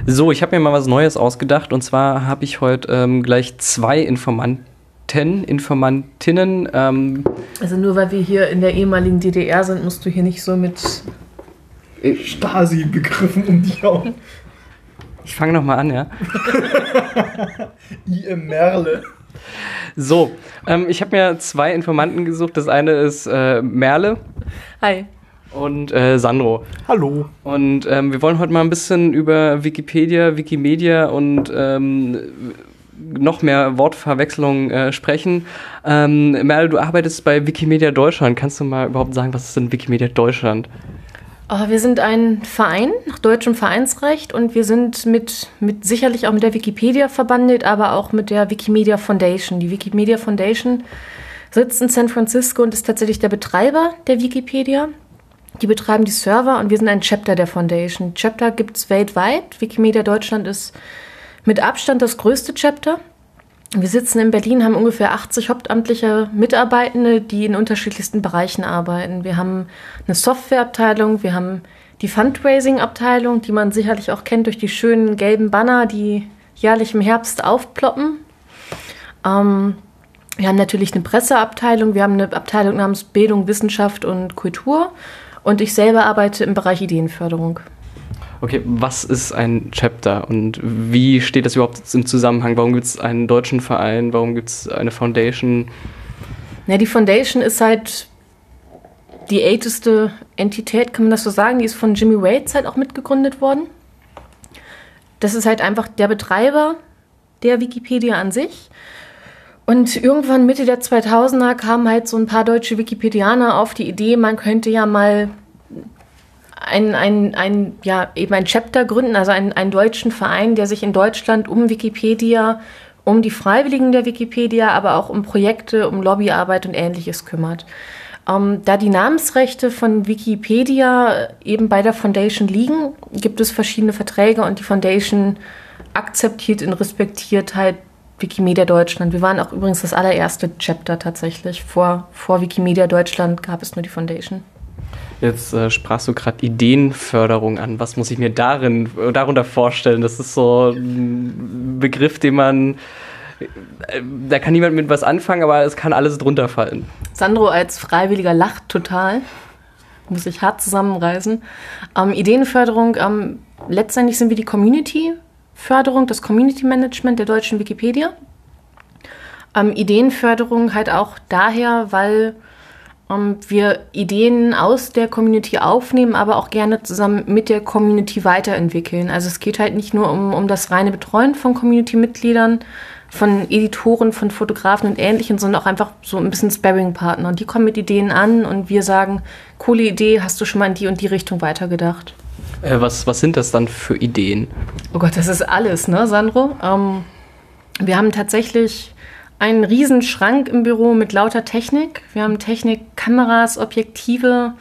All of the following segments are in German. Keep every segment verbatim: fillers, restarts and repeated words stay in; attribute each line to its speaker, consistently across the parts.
Speaker 1: So, ich habe mir mal was Neues ausgedacht und zwar habe ich heute ähm, gleich zwei Informanten, Informantinnen. Ähm,
Speaker 2: also nur weil wir hier in der ehemaligen D D R sind, musst du hier nicht so mit
Speaker 3: Stasi-Begriffen um dich hauen.
Speaker 1: Ich fange nochmal an, ja.
Speaker 3: I M Merle.
Speaker 1: So, ähm, ich habe mir zwei Informanten gesucht. Das eine ist äh, Merle.
Speaker 2: Hi.
Speaker 1: Und äh, Sandro.
Speaker 3: Hallo.
Speaker 1: Und ähm, wir wollen heute mal ein bisschen über Wikipedia, Wikimedia und ähm, noch mehr Wortverwechslung äh, sprechen. Ähm, Merle, du arbeitest bei Wikimedia Deutschland. Kannst du mal überhaupt sagen, was ist denn Wikimedia Deutschland?
Speaker 2: Oh, wir sind ein Verein nach deutschem Vereinsrecht und wir sind mit, mit sicherlich auch mit der Wikipedia verbandelt, aber auch mit der Wikimedia Foundation. Die Wikimedia Foundation sitzt in San Francisco und ist tatsächlich der Betreiber der Wikipedia. Die betreiben die Server und wir sind ein Chapter der Foundation. Chapter gibt es weltweit. Wikimedia Deutschland ist mit Abstand das größte Chapter. Wir sitzen in Berlin, haben ungefähr achtzig hauptamtliche Mitarbeitende, die in unterschiedlichsten Bereichen arbeiten. Wir haben eine Softwareabteilung, wir haben die Fundraising-Abteilung, die man sicherlich auch kennt durch die schönen gelben Banner, die jährlich im Herbst aufploppen. Ähm, wir haben natürlich eine Presseabteilung, wir haben eine Abteilung namens Bildung, Wissenschaft und Kultur. Und ich selber arbeite im Bereich Ideenförderung.
Speaker 1: Okay, was ist ein Chapter und wie steht das überhaupt im Zusammenhang? Warum gibt es einen deutschen Verein? Warum gibt es eine Foundation?
Speaker 2: Ja, die Foundation ist halt die älteste Entität, kann man das so sagen. Die ist von Jimmy Waits halt auch mitgegründet worden. Das ist halt einfach der Betreiber der Wikipedia an sich. Und irgendwann Mitte der zweitausender kamen halt so ein paar deutsche Wikipedianer auf die Idee, man könnte ja mal ein, ein, ein, ja, eben ein Chapter gründen, also einen, einen deutschen Verein, der sich in Deutschland um Wikipedia, um die Freiwilligen der Wikipedia, aber auch um Projekte, um Lobbyarbeit und Ähnliches kümmert. Ähm, da die Namensrechte von Wikipedia eben bei der Foundation liegen, gibt es verschiedene Verträge und die Foundation akzeptiert und respektiert halt Wikimedia Deutschland. Wir waren auch übrigens das allererste Chapter tatsächlich. Vor, vor Wikimedia Deutschland gab es nur die Foundation.
Speaker 1: Jetzt äh, sprachst du gerade Ideenförderung an. Was muss ich mir darin, darunter vorstellen? Das ist so ein Begriff, den man, äh, da kann niemand mit was anfangen, aber es kann alles drunter fallen.
Speaker 2: Sandro als Freiwilliger lacht total. Muss ich hart zusammenreißen. Ähm, Ideenförderung, ähm, letztendlich sind wir die Community Förderung, das Community Management der deutschen Wikipedia. Ähm, Ideenförderung halt auch daher, weil ähm, wir Ideen aus der Community aufnehmen, aber auch gerne zusammen mit der Community weiterentwickeln. Also es geht halt nicht nur um, um das reine Betreuen von Community-Mitgliedern, von Editoren, von Fotografen und Ähnlichem, sondern auch einfach so ein bisschen Sparring-Partner. Und die kommen mit Ideen an und wir sagen, coole Idee, hast du schon mal in die und die Richtung weitergedacht?
Speaker 1: Äh, was, was sind das dann für Ideen?
Speaker 2: Oh Gott, das ist alles, ne, Sandro? Ähm, wir haben tatsächlich einen riesen Schrank im Büro mit lauter Technik. Wir haben Technik, Kameras, Objektive,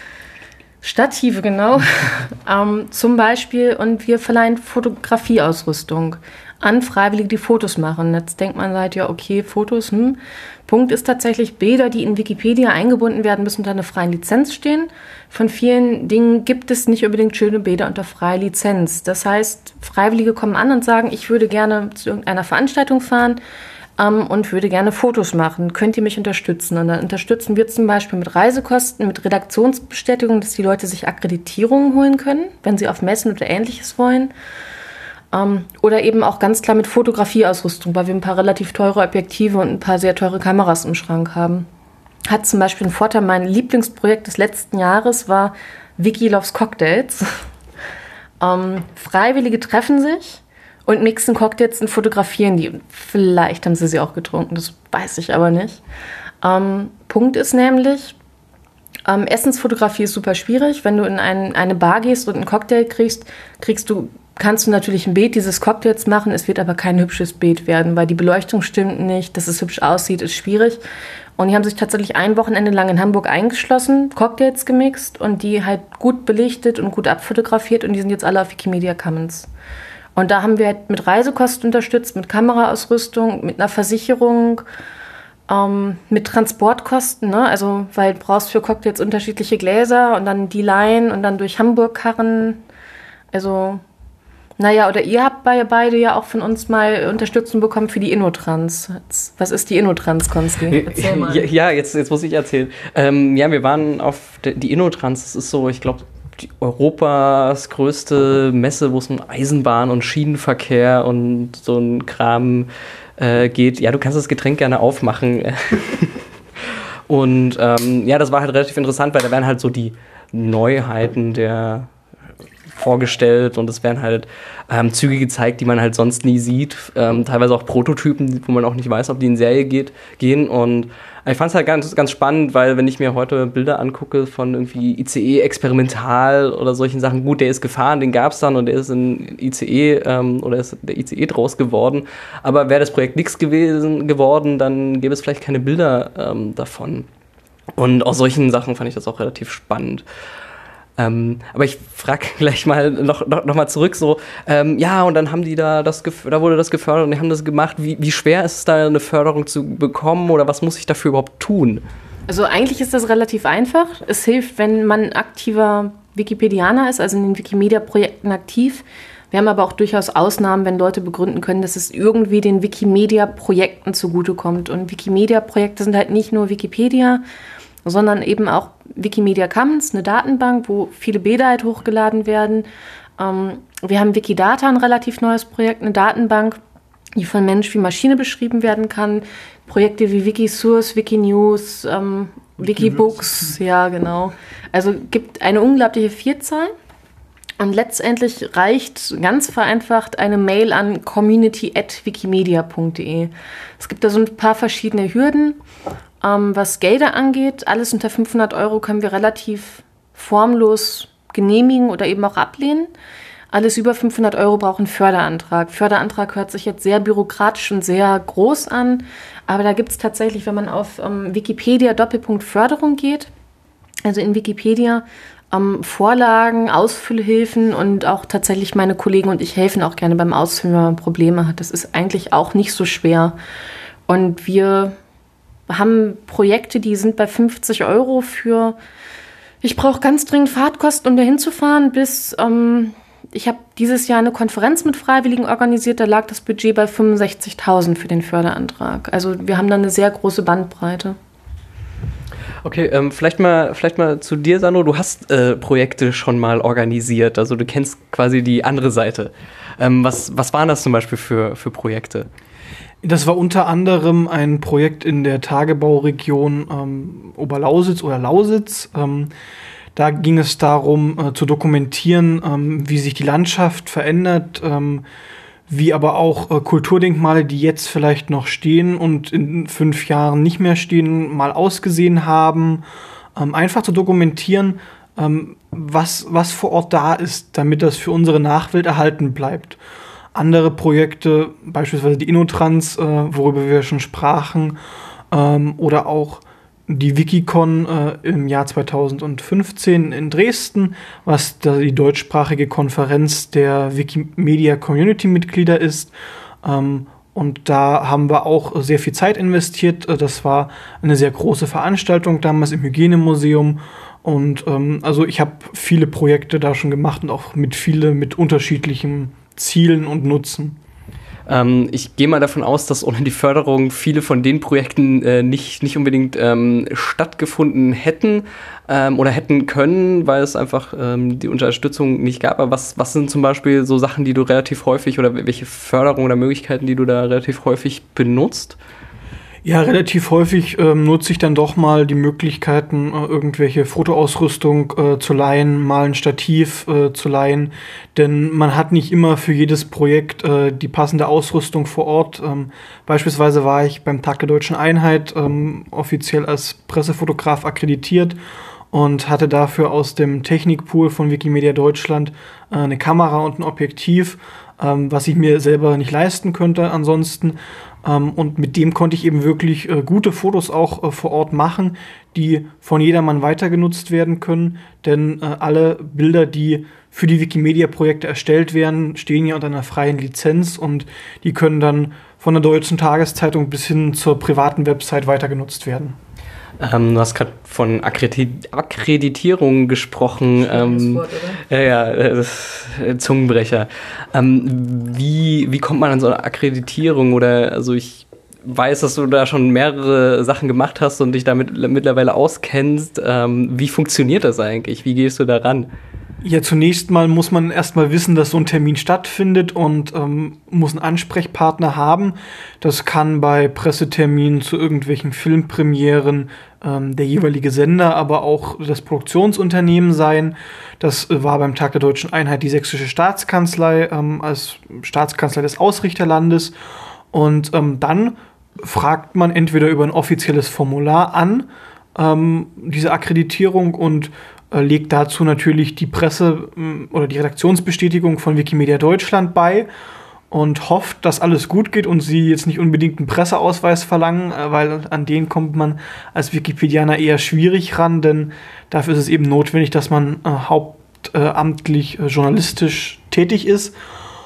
Speaker 2: Stative, genau, ähm, zum Beispiel. Und wir verleihen Fotografieausrüstung an Freiwillige, die Fotos machen. Jetzt denkt man halt, ja, okay, Fotos, hm. Punkt ist tatsächlich, Bilder, die in Wikipedia eingebunden werden, müssen unter einer freien Lizenz stehen. Von vielen Dingen gibt es nicht unbedingt schöne Bilder unter freier Lizenz. Das heißt, Freiwillige kommen an und sagen, ich würde gerne zu irgendeiner Veranstaltung fahren ähm, und würde gerne Fotos machen. Könnt ihr mich unterstützen? Und dann unterstützen wir zum Beispiel mit Reisekosten, mit Redaktionsbestätigung, dass die Leute sich Akkreditierungen holen können, wenn sie auf Messen oder Ähnliches wollen. Um, oder eben auch ganz klar mit Fotografieausrüstung, weil wir ein paar relativ teure Objektive und ein paar sehr teure Kameras im Schrank haben. Hat zum Beispiel einen Vorteil, mein Lieblingsprojekt des letzten Jahres war Wiki Loves Cocktails. um, Freiwillige treffen sich und mixen Cocktails und fotografieren die. Vielleicht haben sie sie auch getrunken, das weiß ich aber nicht. Um, Punkt ist nämlich, um, Essensfotografie ist super schwierig. Wenn du in ein, eine Bar gehst und einen Cocktail kriegst, kriegst du kannst du natürlich ein Bild dieses Cocktails machen, es wird aber kein hübsches Bild werden, weil die Beleuchtung stimmt nicht, dass es hübsch aussieht, ist schwierig. Und die haben sich tatsächlich ein Wochenende lang in Hamburg eingeschlossen, Cocktails gemixt und die halt gut belichtet und gut abfotografiert und die sind jetzt alle auf Wikimedia Commons. Und da haben wir halt mit Reisekosten unterstützt, mit Kameraausrüstung, mit einer Versicherung, ähm, mit Transportkosten, ne? Also weil du brauchst für Cocktails unterschiedliche Gläser und dann die leihen und dann durch Hamburg karren. Also Naja, oder ihr habt bei beide ja auch von uns mal Unterstützung bekommen für die Innotrans. Was ist die Innotrans, Konsti? Erzähl mal.
Speaker 1: Ja, jetzt, jetzt muss ich erzählen. Ähm, ja, wir waren auf de, die Innotrans, das ist so, ich glaube, Europas größte Messe, wo es um Eisenbahn und Schienenverkehr und so ein Kram äh, geht. Ja, du kannst das Getränk gerne aufmachen. Und ähm, ja, das war halt relativ interessant, weil da werden halt so die Neuheiten der vorgestellt und es werden halt ähm, Züge gezeigt, die man halt sonst nie sieht. Ähm, teilweise auch Prototypen, wo man auch nicht weiß, ob die in Serie geht, gehen. Und ich fand es halt ganz, ganz spannend, weil wenn ich mir heute Bilder angucke von irgendwie I C E experimental oder solchen Sachen, gut, der ist gefahren, den gab es dann und der ist in I C E ähm, oder ist der I C E draus geworden. Aber wäre das Projekt nichts gewesen geworden, dann gäbe es vielleicht keine Bilder ähm, davon. Und aus solchen Sachen fand ich das auch relativ spannend. Ähm, aber ich frage gleich mal noch, noch, noch mal zurück, so, ähm, ja, und dann haben die da das, gef- da wurde das gefördert und die haben das gemacht. Wie, wie schwer ist es da, eine Förderung zu bekommen oder was muss ich dafür überhaupt tun?
Speaker 2: Also eigentlich ist das relativ einfach. Es hilft, wenn man ein aktiver Wikipedianer ist, also in den Wikimedia-Projekten aktiv. Wir haben aber auch durchaus Ausnahmen, wenn Leute begründen können, dass es irgendwie den Wikimedia-Projekten zugutekommt. Und Wikimedia-Projekte sind halt nicht nur Wikipedia, sondern eben auch Wikimedia Commons, eine Datenbank, wo viele Bilder halt hochgeladen werden. Ähm, wir haben Wikidata, ein relativ neues Projekt, eine Datenbank, die von Mensch wie Maschine beschrieben werden kann. Projekte wie Wikisource, Wikinews, ähm, Wikibooks, ja genau. Also gibt eine unglaubliche Vielzahl. Und letztendlich reicht ganz vereinfacht eine Mail an community at wikimedia punkt de. Es gibt da so ein paar verschiedene Hürden. Ähm, was Gelder angeht, alles unter fünfhundert Euro können wir relativ formlos genehmigen oder eben auch ablehnen. Alles über fünfhundert Euro braucht einen Förderantrag. Förderantrag hört sich jetzt sehr bürokratisch und sehr groß an, aber da gibt es tatsächlich, wenn man auf ähm, Wikipedia Doppelpunkt Förderung geht, also in Wikipedia, ähm, Vorlagen, Ausfüllhilfen und auch tatsächlich meine Kollegen und ich helfen auch gerne beim Ausfüllen, wenn man Probleme hat. Das ist eigentlich auch nicht so schwer. Und wir haben Projekte, die sind bei fünfzig Euro für, ich brauche ganz dringend Fahrtkosten, um da hinzufahren, bis, ähm, ich habe dieses Jahr eine Konferenz mit Freiwilligen organisiert, da lag das Budget bei fünfundsechzigtausend für den Förderantrag. Also wir haben da eine sehr große Bandbreite.
Speaker 1: Okay, ähm, vielleicht mal, vielleicht mal zu dir, Sandro. Du hast äh, Projekte schon mal organisiert, also du kennst quasi die andere Seite. Ähm, was, was waren das zum Beispiel für, für Projekte?
Speaker 4: Das war unter anderem ein Projekt in der Tagebauregion ähm, Oberlausitz oder Lausitz. Ähm, da ging es darum, äh, zu dokumentieren, ähm, wie sich die Landschaft verändert, ähm, wie aber auch äh, Kulturdenkmale, die jetzt vielleicht noch stehen und in fünf Jahren nicht mehr stehen, mal ausgesehen haben. Ähm, einfach zu dokumentieren, ähm, was, was vor Ort da ist, damit das für unsere Nachwelt erhalten bleibt. Andere Projekte, beispielsweise die Innotrans, äh, worüber wir schon sprachen, ähm, oder auch die Wikicon äh, im Jahr zweitausendfünfzehn in Dresden, was da die deutschsprachige Konferenz der Wikimedia-Community-Mitglieder ist. Ähm, und da haben wir auch sehr viel Zeit investiert. Das war eine sehr große Veranstaltung damals im Hygienemuseum. Und ähm, also ich habe viele Projekte da schon gemacht und auch mit viele mit unterschiedlichen Zielen und Nutzen.
Speaker 1: Ähm, ich gehe mal davon aus, dass ohne die Förderung viele von den Projekten äh, nicht, nicht unbedingt ähm, stattgefunden hätten ähm, oder hätten können, weil es einfach ähm, die Unterstützung nicht gab. Aber was, was sind zum Beispiel so Sachen, die du relativ häufig oder welche Förderung oder Möglichkeiten, die du da relativ häufig benutzt?
Speaker 4: Ja, relativ häufig ähm, nutze ich dann doch mal die Möglichkeiten, äh, irgendwelche Fotoausrüstung äh, zu leihen, mal ein Stativ äh, zu leihen. Denn man hat nicht immer für jedes Projekt äh, die passende Ausrüstung vor Ort. Ähm, beispielsweise war ich beim Tag der Deutschen Einheit ähm, offiziell als Pressefotograf akkreditiert und hatte dafür aus dem Technikpool von Wikimedia Deutschland äh, eine Kamera und ein Objektiv, ähm, was ich mir selber nicht leisten könnte ansonsten. Um, und mit dem konnte ich eben wirklich äh, gute Fotos auch äh, vor Ort machen, die von jedermann weitergenutzt werden können. Denn äh, alle Bilder, die für die Wikimedia-Projekte erstellt werden, stehen ja unter einer freien Lizenz und die können dann von der Deutschen Tageszeitung bis hin zur privaten Website weitergenutzt werden.
Speaker 1: Ähm, du hast gerade von Akkredit Akkreditierung gesprochen. Ähm,
Speaker 2: Wort, oder?
Speaker 1: Ja, ja, das ist, äh, Zungenbrecher. Ähm, wie, wie kommt man an so eine Akkreditierung? Oder, also ich weiß, dass du da schon mehrere Sachen gemacht hast und dich damit mittlerweile auskennst. Ähm, wie funktioniert das eigentlich? Wie gehst du da ran?
Speaker 4: Ja, zunächst mal muss man erstmal wissen, dass so ein Termin stattfindet und ähm, muss einen Ansprechpartner haben. Das kann bei Presseterminen zu irgendwelchen Filmpremieren ähm, der jeweilige Sender, aber auch das Produktionsunternehmen sein. Das äh, war beim Tag der Deutschen Einheit die Sächsische Staatskanzlei ähm, als Staatskanzlei des Ausrichterlandes. Und ähm, dann fragt man entweder über ein offizielles Formular an, ähm, diese Akkreditierung, und legt dazu natürlich die Presse- oder die Redaktionsbestätigung von Wikimedia Deutschland bei und hofft, dass alles gut geht und sie jetzt nicht unbedingt einen Presseausweis verlangen, weil an den kommt man als Wikipedianer eher schwierig ran, denn dafür ist es eben notwendig, dass man äh, hauptamtlich äh, journalistisch tätig ist.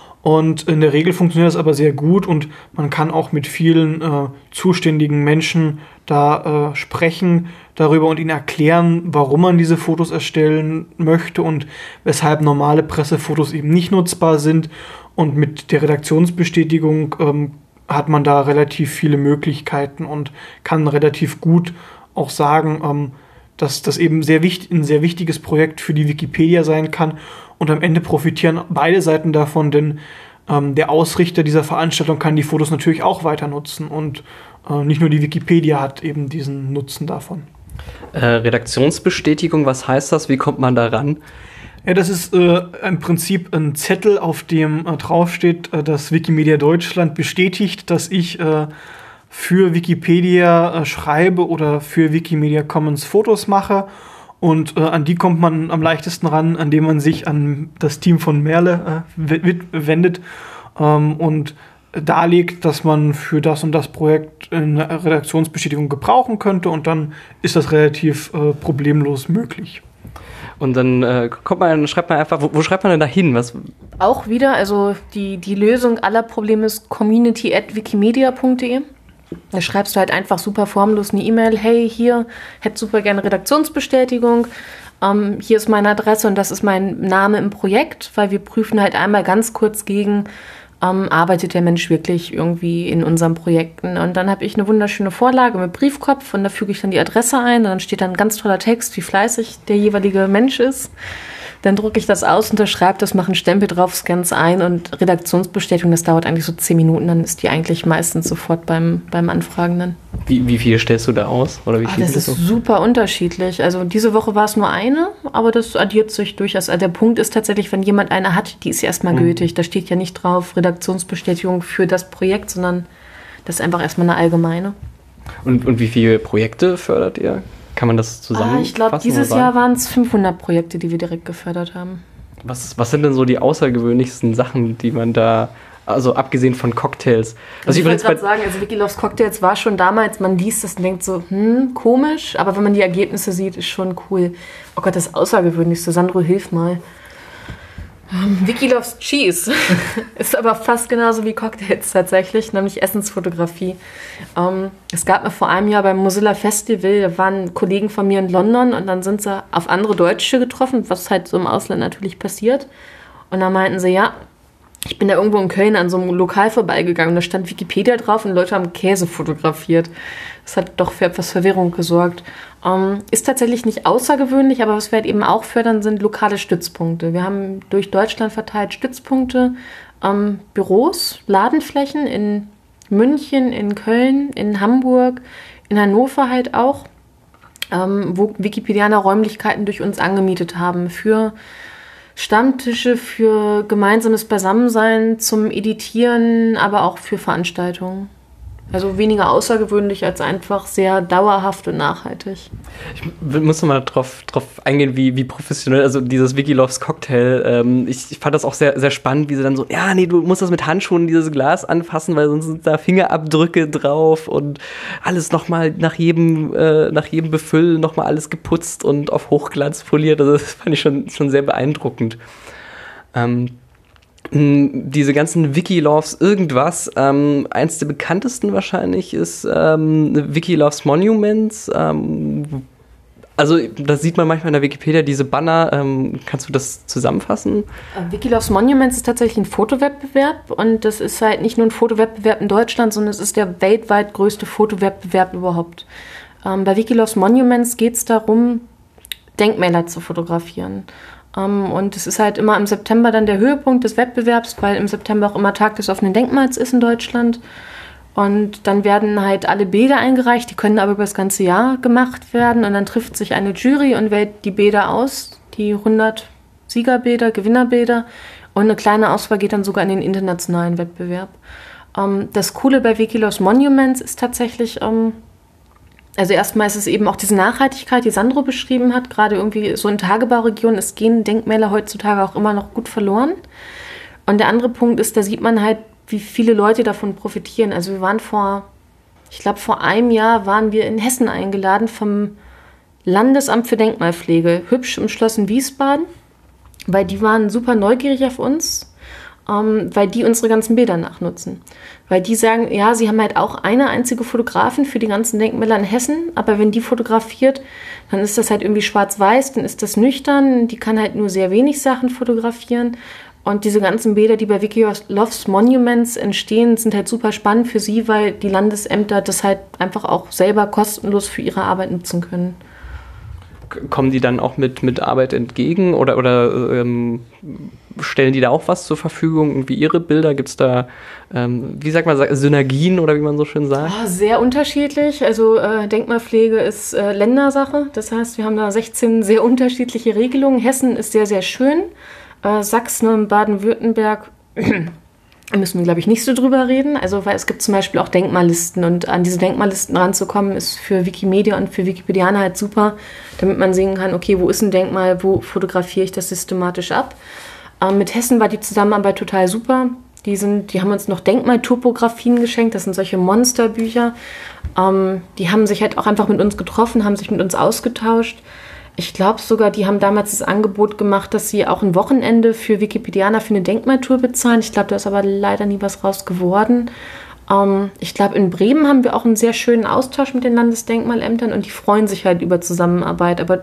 Speaker 4: Und in der Regel funktioniert das aber sehr gut und man kann auch mit vielen äh, zuständigen Menschen da äh, sprechen darüber und ihnen erklären, warum man diese Fotos erstellen möchte und weshalb normale Pressefotos eben nicht nutzbar sind. Und mit der Redaktionsbestätigung ähm, hat man da relativ viele Möglichkeiten und kann relativ gut auch sagen, ähm, dass das eben sehr wichtig, ein sehr wichtiges Projekt für die Wikipedia sein kann. Und am Ende profitieren beide Seiten davon, denn ähm, der Ausrichter dieser Veranstaltung kann die Fotos natürlich auch weiter nutzen. Und äh, nicht nur die Wikipedia hat eben diesen Nutzen davon.
Speaker 1: Äh, Redaktionsbestätigung, was heißt das? Wie kommt man da ran?
Speaker 4: Ja, das ist äh, im Prinzip ein Zettel, auf dem äh, draufsteht, äh, dass Wikimedia Deutschland bestätigt, dass ich äh, für Wikipedia äh, schreibe oder für Wikimedia Commons Fotos mache. Und äh, an die kommt man am leichtesten ran, indem man sich an das Team von Merle äh, wendet ähm, und darlegt, dass man für das und das Projekt eine Redaktionsbestätigung gebrauchen könnte. Und dann ist das relativ äh, problemlos möglich.
Speaker 1: Und dann äh, kommt man, schreibt man einfach, wo, wo schreibt man denn da hin? Was?
Speaker 2: Auch wieder, also die, die Lösung aller Probleme ist community at wikimedia punkt de. Da schreibst du halt einfach super formlos eine E-Mail, hey, hier, hätte super gerne Redaktionsbestätigung, ähm, hier ist meine Adresse und das ist mein Name im Projekt, weil wir prüfen halt einmal ganz kurz gegen, ähm, arbeitet der Mensch wirklich irgendwie in unseren Projekten. Und dann habe ich eine wunderschöne Vorlage mit Briefkopf und da füge ich dann die Adresse ein und dann steht dann ein ganz toller Text, wie fleißig der jeweilige Mensch ist. Dann drucke ich das aus, unterschreibe das, mache einen Stempel drauf, scanne es ein und Redaktionsbestätigung, das dauert eigentlich so zehn Minuten, dann ist die eigentlich meistens sofort beim, beim Anfragenden.
Speaker 1: Wie, wie viel stellst du da aus? Oder wie
Speaker 2: Ah,
Speaker 1: viel
Speaker 2: das ist
Speaker 1: so?
Speaker 2: super unterschiedlich. Also diese Woche war es nur eine, aber das addiert sich durchaus. Also der Punkt ist tatsächlich, wenn jemand eine hat, die ist erstmal mhm. gültig. Da steht ja nicht drauf Redaktionsbestätigung für das Projekt, sondern das ist einfach erstmal eine allgemeine.
Speaker 1: Und, und wie viele Projekte fördert ihr? Kann man das zusammenfassen?
Speaker 2: Ah, ich glaube, dieses Jahr waren es fünfhundert Projekte, die wir direkt gefördert haben.
Speaker 1: Was, was sind denn so die außergewöhnlichsten Sachen, die man da, also abgesehen von Cocktails?
Speaker 2: Also, also ich wollte gerade sagen, also Wikiloves Cocktails war schon damals, man liest das und denkt so, hm, komisch, aber wenn man die Ergebnisse sieht, ist schon cool. Oh Gott, das Außergewöhnlichste, Sandro, hilf mal. Um, Wikiloves Cheese ist aber fast genauso wie Cocktails tatsächlich, nämlich Essensfotografie. Um, es gab mir vor einem Jahr beim Mozilla Festival, da waren Kollegen von mir in London und dann sind sie auf andere Deutsche getroffen, was halt so im Ausland natürlich passiert. Und dann meinten sie, ja, ich bin da irgendwo in Köln an so einem Lokal vorbeigegangen und da stand Wikipedia drauf und Leute haben Käse fotografiert. Das hat doch für etwas Verwirrung gesorgt. Ähm, ist tatsächlich nicht außergewöhnlich, aber was wir halt eben auch fördern, sind lokale Stützpunkte. Wir haben durch Deutschland verteilt Stützpunkte, ähm, Büros, Ladenflächen in München, in Köln, in Hamburg, in Hannover halt auch, ähm, wo Wikipedianer Räumlichkeiten durch uns angemietet haben für Stammtische, für gemeinsames Beisammensein, zum Editieren, aber auch für Veranstaltungen. Also weniger außergewöhnlich als einfach sehr dauerhaft und nachhaltig.
Speaker 1: Ich muss noch mal drauf, drauf eingehen, wie, wie professionell, also dieses Wikiloves Cocktail, ähm, ich, ich fand das auch sehr, sehr spannend, wie sie dann so, ja, nee, du musst das mit Handschuhen, dieses Glas anfassen, weil sonst sind da Fingerabdrücke drauf und alles nochmal nach jedem, äh, nach jedem Befüllen nochmal alles geputzt und auf Hochglanz poliert. Also das fand ich schon, schon sehr beeindruckend. Ähm, Diese ganzen Wiki-Loves irgendwas. Ähm, eins der bekanntesten wahrscheinlich ist ähm, Wiki-Loves Monuments. Ähm, also da sieht man manchmal in der Wikipedia diese Banner. Ähm, kannst du das zusammenfassen?
Speaker 2: Wiki-Loves Monuments ist tatsächlich ein Fotowettbewerb und das ist halt nicht nur ein Fotowettbewerb in Deutschland, sondern es ist der weltweit größte Fotowettbewerb überhaupt. Ähm, bei Wiki-Loves Monuments geht es darum, Denkmäler zu fotografieren. Um, und es ist halt immer im September dann der Höhepunkt des Wettbewerbs, weil im September auch immer Tag des offenen Denkmals ist in Deutschland. Und dann werden halt alle Bilder eingereicht, die können aber über das ganze Jahr gemacht werden. Und dann trifft sich eine Jury und wählt die Bilder aus, die hundert Siegerbilder, Gewinnerbilder. Und eine kleine Auswahl geht dann sogar in den internationalen Wettbewerb. Um, das Coole bei Wiki-Loves Monuments ist tatsächlich... Um, Also erstmal ist es eben auch diese Nachhaltigkeit, die Sandro beschrieben hat, gerade irgendwie so in Tagebauregionen, es gehen Denkmäler heutzutage auch immer noch gut verloren. Und der andere Punkt ist, da sieht man halt, wie viele Leute davon profitieren. Also wir waren vor, ich glaube vor einem Jahr waren wir in Hessen eingeladen vom Landesamt für Denkmalpflege, hübsch im Schloss in Wiesbaden, weil die waren super neugierig auf uns. Um, weil die unsere ganzen Bilder nachnutzen. Weil die sagen, ja, sie haben halt auch eine einzige Fotografin für die ganzen Denkmäler in Hessen, aber wenn die fotografiert, dann ist das halt irgendwie schwarz-weiß, dann ist das nüchtern, die kann halt nur sehr wenig Sachen fotografieren und diese ganzen Bilder, die bei Wiki-Loves Monuments entstehen, sind halt super spannend für sie, weil die Landesämter das halt einfach auch selber kostenlos für ihre Arbeit nutzen können.
Speaker 1: Kommen die dann auch mit, mit Arbeit entgegen oder, oder ähm, stellen die da auch was zur Verfügung? Wie ihre Bilder? Gibt es da, ähm, wie sagt man, Synergien oder wie man so schön sagt?
Speaker 2: Oh, sehr unterschiedlich. Also äh, Denkmalpflege ist äh, Ländersache. Das heißt, wir haben da sechzehn sehr unterschiedliche Regelungen. Hessen ist sehr, sehr schön. Äh, Sachsen und Baden-Württemberg müssen wir, glaube ich, nicht so drüber reden. Also, weil es gibt zum Beispiel auch Denkmallisten und an diese Denkmallisten ranzukommen, ist für Wikimedia und für Wikipedianer halt super, damit man sehen kann, okay, wo ist ein Denkmal, wo fotografiere ich das systematisch ab. Ähm, mit Hessen war die Zusammenarbeit total super. Die, sind, die haben uns noch Denkmaltopografien geschenkt, das sind solche Monsterbücher. Ähm, die haben sich halt auch einfach mit uns getroffen, haben sich mit uns ausgetauscht. Ich glaube sogar, die haben damals das Angebot gemacht, dass sie auch ein Wochenende für Wikipedianer für eine Denkmaltour bezahlen. Ich glaube, da ist aber leider nie was raus geworden. Ähm, ich glaube, in Bremen haben wir auch einen sehr schönen Austausch mit den Landesdenkmalämtern und die freuen sich halt über Zusammenarbeit. Aber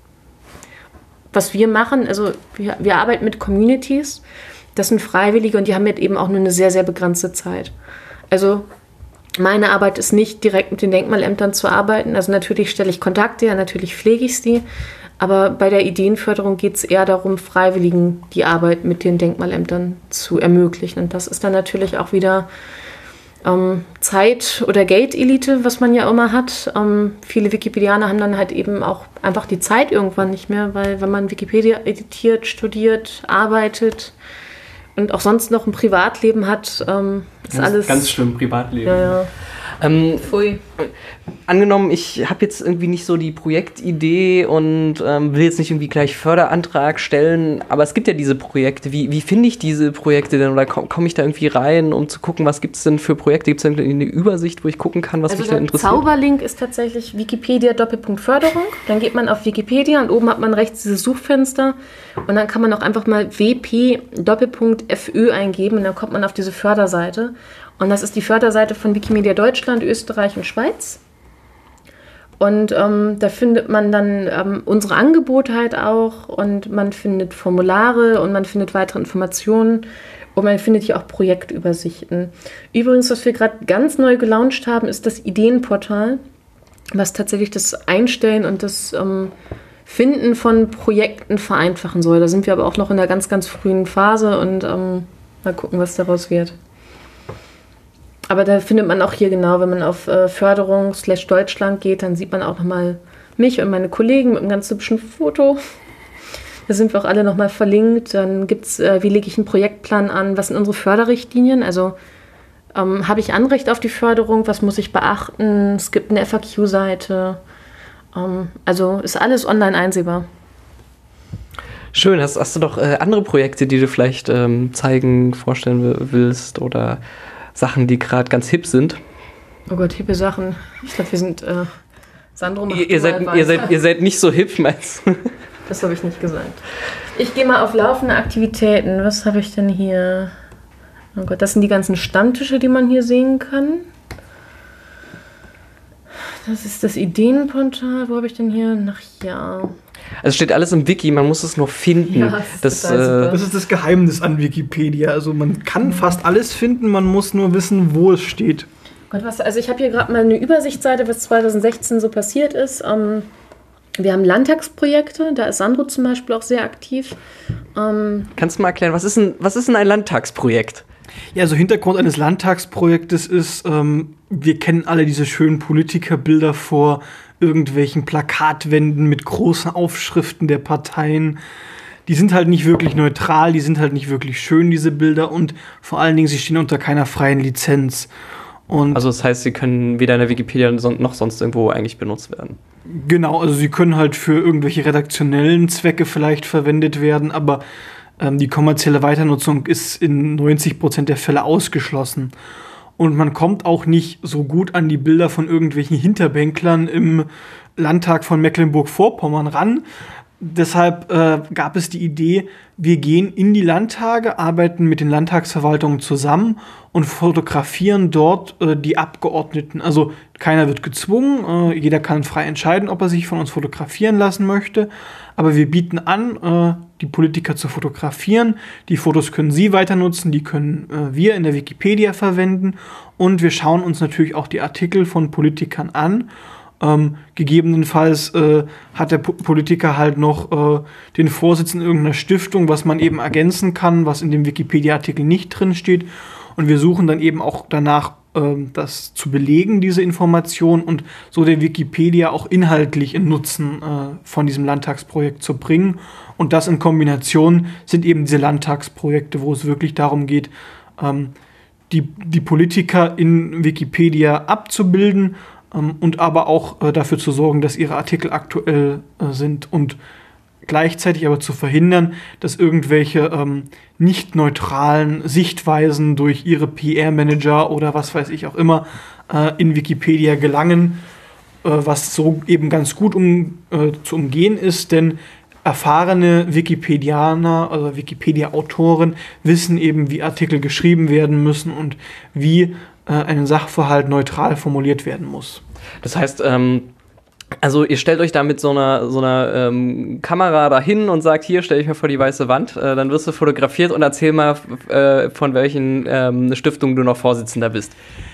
Speaker 2: was wir machen, also wir, wir arbeiten mit Communities, das sind Freiwillige und die haben halt eben auch nur eine sehr, sehr begrenzte Zeit. Also meine Arbeit ist nicht direkt mit den Denkmalämtern zu arbeiten. Also natürlich stelle ich Kontakte her, natürlich pflege ich sie. Aber bei der Ideenförderung geht es eher darum, Freiwilligen die Arbeit mit den Denkmalämtern zu ermöglichen. Und das ist dann natürlich auch wieder ähm, Zeit- oder Geldelite, was man ja immer hat. Ähm, viele Wikipedianer haben dann halt eben auch einfach die Zeit irgendwann nicht mehr, weil wenn man Wikipedia editiert, studiert, arbeitet und auch sonst noch ein Privatleben hat, ähm, ist
Speaker 1: ganz,
Speaker 2: alles...
Speaker 1: Ganz schlimm, Privatleben.
Speaker 2: Ja, ja.
Speaker 1: Ähm,
Speaker 2: Pfui.
Speaker 1: Angenommen, ich habe jetzt irgendwie nicht so die Projektidee und ähm, will jetzt nicht irgendwie gleich Förderantrag stellen, aber es gibt ja diese Projekte. Wie, wie finde ich diese Projekte denn oder komme komm ich da irgendwie rein, um zu gucken, was gibt es denn für Projekte? Gibt es denn eine Übersicht, wo ich gucken kann, was
Speaker 2: also
Speaker 1: mich da interessiert?
Speaker 2: Der Zauberlink ist tatsächlich Wikipedia Doppelpunkt Förderung. Dann geht man auf Wikipedia und oben hat man rechts dieses Suchfenster und dann kann man auch einfach mal W P Doppelpunkt F Ö eingeben und dann kommt man auf diese Förderseite. Und das ist die Förderseite von Wikimedia Deutschland, Österreich und Schweiz. Und ähm, da findet man dann ähm, unsere Angebote halt auch und man findet Formulare und man findet weitere Informationen und man findet hier auch Projektübersichten. Übrigens, was wir gerade ganz neu gelauncht haben, ist das Ideenportal, was tatsächlich das Einstellen und das ähm, Finden von Projekten vereinfachen soll. Da sind wir aber auch noch in einer ganz, ganz frühen Phase und ähm, mal gucken, was daraus wird. Aber da findet man auch hier genau, wenn man auf äh, Förderung slash Deutschland geht, dann sieht man auch nochmal mich und meine Kollegen mit einem ganz hübschen Foto. Da sind wir auch alle nochmal verlinkt. Dann gibt es, äh, wie lege ich einen Projektplan an, was sind unsere Förderrichtlinien, also ähm, habe ich Anrecht auf die Förderung, was muss ich beachten, es gibt eine F A Q-Seite, ähm, also ist alles online einsehbar.
Speaker 1: Schön, hast, hast du doch äh, andere Projekte, die du vielleicht ähm, zeigen, vorstellen willst oder Sachen, die gerade ganz hip sind?
Speaker 2: Oh Gott, hippe Sachen. Ich glaube, wir sind äh, Sandro macht
Speaker 1: ihr, ihr, seid, ihr, seid, ihr seid nicht so hip, meinst du?
Speaker 2: Das habe ich nicht gesagt. Ich gehe mal auf laufende Aktivitäten. Was habe ich denn hier? Oh Gott, das sind die ganzen Stammtische, die man hier sehen kann. Das ist das Ideenportal. Wo habe ich denn hier? Ach ja.
Speaker 1: Also steht alles im Wiki, man muss es nur finden.
Speaker 2: Ja, das ist
Speaker 1: das,
Speaker 2: total super.
Speaker 4: Das ist das Geheimnis an Wikipedia. Also man kann fast alles finden, man muss nur wissen, wo es steht.
Speaker 2: Gott, was, also ich habe hier gerade mal eine Übersichtsseite, was zwanzig sechzehn so passiert ist. Ähm, wir haben Landtagsprojekte, da ist Sandro zum Beispiel auch sehr aktiv. Ähm,
Speaker 1: Kannst du mal erklären, was ist denn, was ist denn ein Landtagsprojekt?
Speaker 4: Ja, also Hintergrund eines Landtagsprojektes ist, ähm, wir kennen alle diese schönen Politikerbilder vor irgendwelchen Plakatwänden mit großen Aufschriften der Parteien. Die sind halt nicht wirklich neutral, die sind halt nicht wirklich schön, diese Bilder, und vor allen Dingen, sie stehen unter keiner freien Lizenz. Und
Speaker 1: Also das heißt, sie können weder in der Wikipedia noch sonst irgendwo eigentlich benutzt werden.
Speaker 4: genau, also sie können halt für irgendwelche redaktionellen Zwecke vielleicht verwendet werden, aber ähm, die kommerzielle Weiternutzung ist in neunzig Prozent der Fälle ausgeschlossen. Und man kommt auch nicht so gut an die Bilder von irgendwelchen Hinterbänklern im Landtag von Mecklenburg-Vorpommern ran. Deshalb äh, gab es die Idee, wir gehen in die Landtage, arbeiten mit den Landtagsverwaltungen zusammen und fotografieren dort äh, die Abgeordneten. Also keiner wird gezwungen, äh, jeder kann frei entscheiden, ob er sich von uns fotografieren lassen möchte. Aber wir bieten an, äh, die Politiker zu fotografieren. Die Fotos können Sie weiter nutzen, die können äh, wir in der Wikipedia verwenden. Und wir schauen uns natürlich auch die Artikel von Politikern an. Ähm, gegebenenfalls äh, hat der P- Politiker halt noch äh, den Vorsitz in irgendeiner Stiftung, was man eben ergänzen kann, was in dem Wikipedia-Artikel nicht drin steht. Und wir suchen dann eben auch danach, ähm, das zu belegen, diese Information, und so der Wikipedia auch inhaltlich in Nutzen äh, von diesem Landtagsprojekt zu bringen. Und das in Kombination sind eben diese Landtagsprojekte, wo es wirklich darum geht, ähm, die, die Politiker in Wikipedia abzubilden, und aber auch äh, dafür zu sorgen, dass ihre Artikel aktuell äh, sind, und gleichzeitig aber zu verhindern, dass irgendwelche ähm, nicht neutralen Sichtweisen durch ihre P R-Manager oder was weiß ich auch immer äh, in Wikipedia gelangen, äh, was so eben ganz gut um, äh, zu umgehen ist, denn erfahrene Wikipedianer, also Wikipedia-Autoren, wissen eben, wie Artikel geschrieben werden müssen und wie äh, ein Sachverhalt neutral formuliert werden muss.
Speaker 1: Das heißt, ähm, also ihr stellt euch da mit so einer, so einer ähm, Kamera dahin und sagt, hier, stell dich mal vor die weiße Wand, äh, dann wirst du fotografiert und erzähl mal, äh, von welchen ähm, Stiftungen du noch Vorsitzender bist.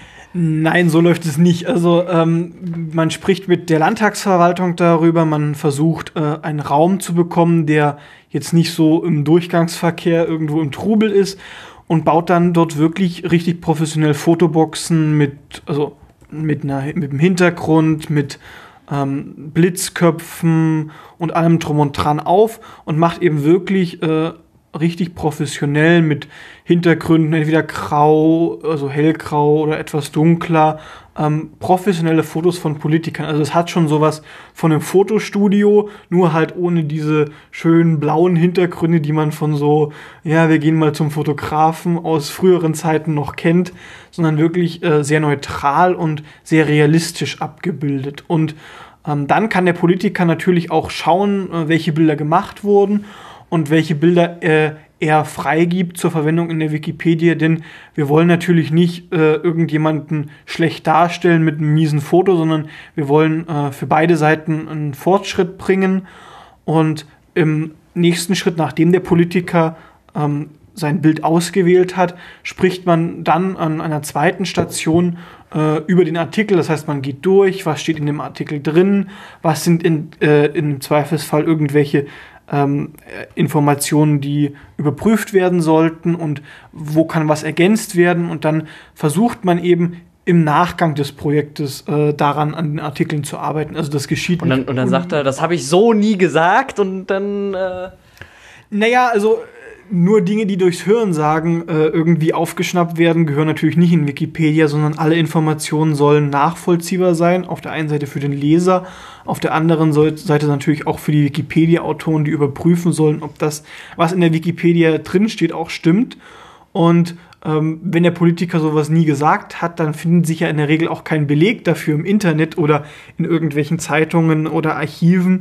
Speaker 4: Nein, so läuft es nicht. Also ähm, man spricht mit der Landtagsverwaltung darüber, man versucht, äh, einen Raum zu bekommen, der jetzt nicht so im Durchgangsverkehr irgendwo im Trubel ist, und baut dann dort wirklich richtig professionell Fotoboxen mit, also mit, einer, mit dem Hintergrund, mit ähm, Blitzköpfen und allem drum und dran auf und macht eben wirklich äh, richtig professionell mit Hintergründen, entweder grau, also hellgrau oder etwas dunkler, ähm, professionelle Fotos von Politikern. Also es hat schon sowas von einem Fotostudio, nur halt ohne diese schönen blauen Hintergründe, die man von so, ja, wir gehen mal zum Fotografen aus früheren Zeiten noch kennt, sondern wirklich äh, sehr neutral und sehr realistisch abgebildet. Und ähm, dann kann der Politiker natürlich auch schauen, äh, welche Bilder gemacht wurden und welche Bilder äh, er freigibt zur Verwendung in der Wikipedia, denn wir wollen natürlich nicht äh, irgendjemanden schlecht darstellen mit einem miesen Foto, sondern wir wollen äh, für beide Seiten einen Fortschritt bringen, und im nächsten Schritt, nachdem der Politiker ähm, sein Bild ausgewählt hat, spricht man dann an einer zweiten Station äh, über den Artikel. Das heißt, man geht durch, was steht in dem Artikel drin, was sind in, äh, im Zweifelsfall irgendwelche Ähm, Informationen, die überprüft werden sollten, und wo kann was ergänzt werden, und dann versucht man eben im Nachgang des Projektes äh, daran an den Artikeln zu arbeiten. Also das geschieht
Speaker 1: Und dann, und dann sagt er, das habe ich so nie gesagt, und dann äh
Speaker 4: Naja, also nur Dinge, die durchs Hörensagen äh, irgendwie aufgeschnappt werden, gehören natürlich nicht in Wikipedia, sondern alle Informationen sollen nachvollziehbar sein. Auf der einen Seite für den Leser, auf der anderen Seite natürlich auch für die Wikipedia-Autoren, die überprüfen sollen, ob das, was in der Wikipedia drinsteht, auch stimmt. Und ähm, wenn der Politiker sowas nie gesagt hat, dann findet sich ja in der Regel auch kein Beleg dafür im Internet oder in irgendwelchen Zeitungen oder Archiven.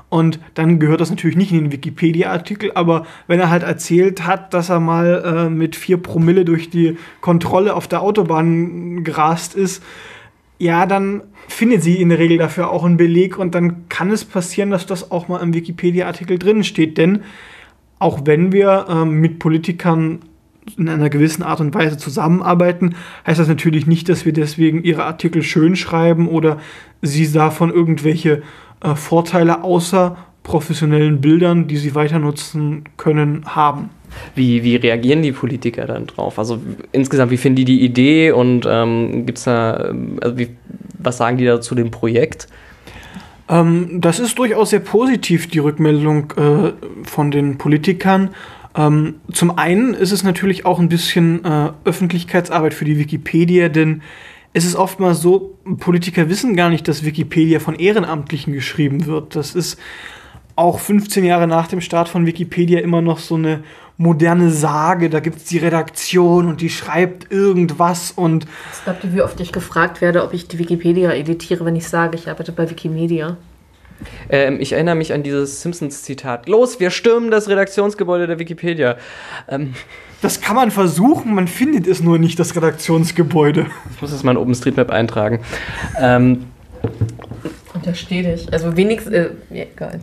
Speaker 4: Und dann gehört das natürlich nicht in den Wikipedia-Artikel, aber wenn er halt erzählt hat, dass er mal äh, mit vier Promille durch die Kontrolle auf der Autobahn gerast ist, ja, dann findet sie in der Regel dafür auch einen Beleg und dann kann es passieren, dass das auch mal im Wikipedia-Artikel drin steht. Denn auch wenn wir äh, mit Politikern in einer gewissen Art und Weise zusammenarbeiten, heißt das natürlich nicht, dass wir deswegen ihre Artikel schön schreiben oder sie davon irgendwelche äh, Vorteile außer professionellen Bildern, die sie weiter nutzen können, haben.
Speaker 1: Wie, wie reagieren die Politiker dann drauf? Also insgesamt, wie finden die die Idee und ähm, gibt's da, also wie, was sagen die da zu dem Projekt?
Speaker 4: Ähm, das ist durchaus sehr positiv, die Rückmeldung äh, von den Politikern. Ähm, zum einen ist es natürlich auch ein bisschen äh, Öffentlichkeitsarbeit für die Wikipedia, denn es ist oftmals so, Politiker wissen gar nicht, dass Wikipedia von Ehrenamtlichen geschrieben wird. Das ist auch fünfzehn Jahre nach dem Start von Wikipedia immer noch so eine moderne Sage. Da gibt es die Redaktion und die schreibt irgendwas und...
Speaker 2: Was glaubt ihr, wie oft ich gefragt werde, ob ich die Wikipedia editiere, wenn ich sage, ich arbeite bei Wikimedia?
Speaker 1: Ähm, ich erinnere mich an dieses Simpsons-Zitat. Los, wir stürmen das Redaktionsgebäude der Wikipedia. Ähm,
Speaker 4: das kann man versuchen, man findet es nur nicht, das Redaktionsgebäude.
Speaker 1: Ich muss das mal in OpenStreetMap eintragen. Ähm,
Speaker 2: Untersteh dich. Also wenigstens... Äh, ja, egal.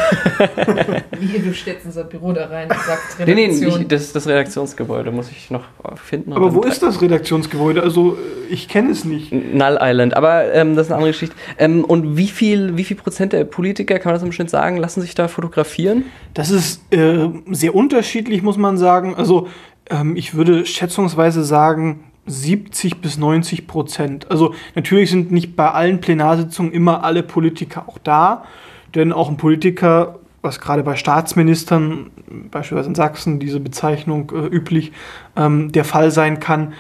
Speaker 2: Wie, du stellst unser Büro da rein und sagst
Speaker 1: nee,
Speaker 2: Redaktion.
Speaker 1: nee, nicht, das, das Redaktionsgebäude muss ich noch finden.
Speaker 4: Aber wo ist das Redaktionsgebäude? Also ich kenne es nicht.
Speaker 1: Null Island, aber ähm, das ist eine andere Geschichte. Ähm, und wie viel, wie viel Prozent der Politiker, kann man das im Schnitt sagen, lassen sich da fotografieren?
Speaker 4: Das ist äh, sehr unterschiedlich, muss man sagen. Also ähm, ich würde schätzungsweise sagen, siebzig bis neunzig Prozent. Also natürlich sind nicht bei allen Plenarsitzungen immer alle Politiker auch da, denn auch ein Politiker, was gerade bei Staatsministern, beispielsweise in Sachsen, diese Bezeichnung äh, üblich, ähm, der Fall sein kann,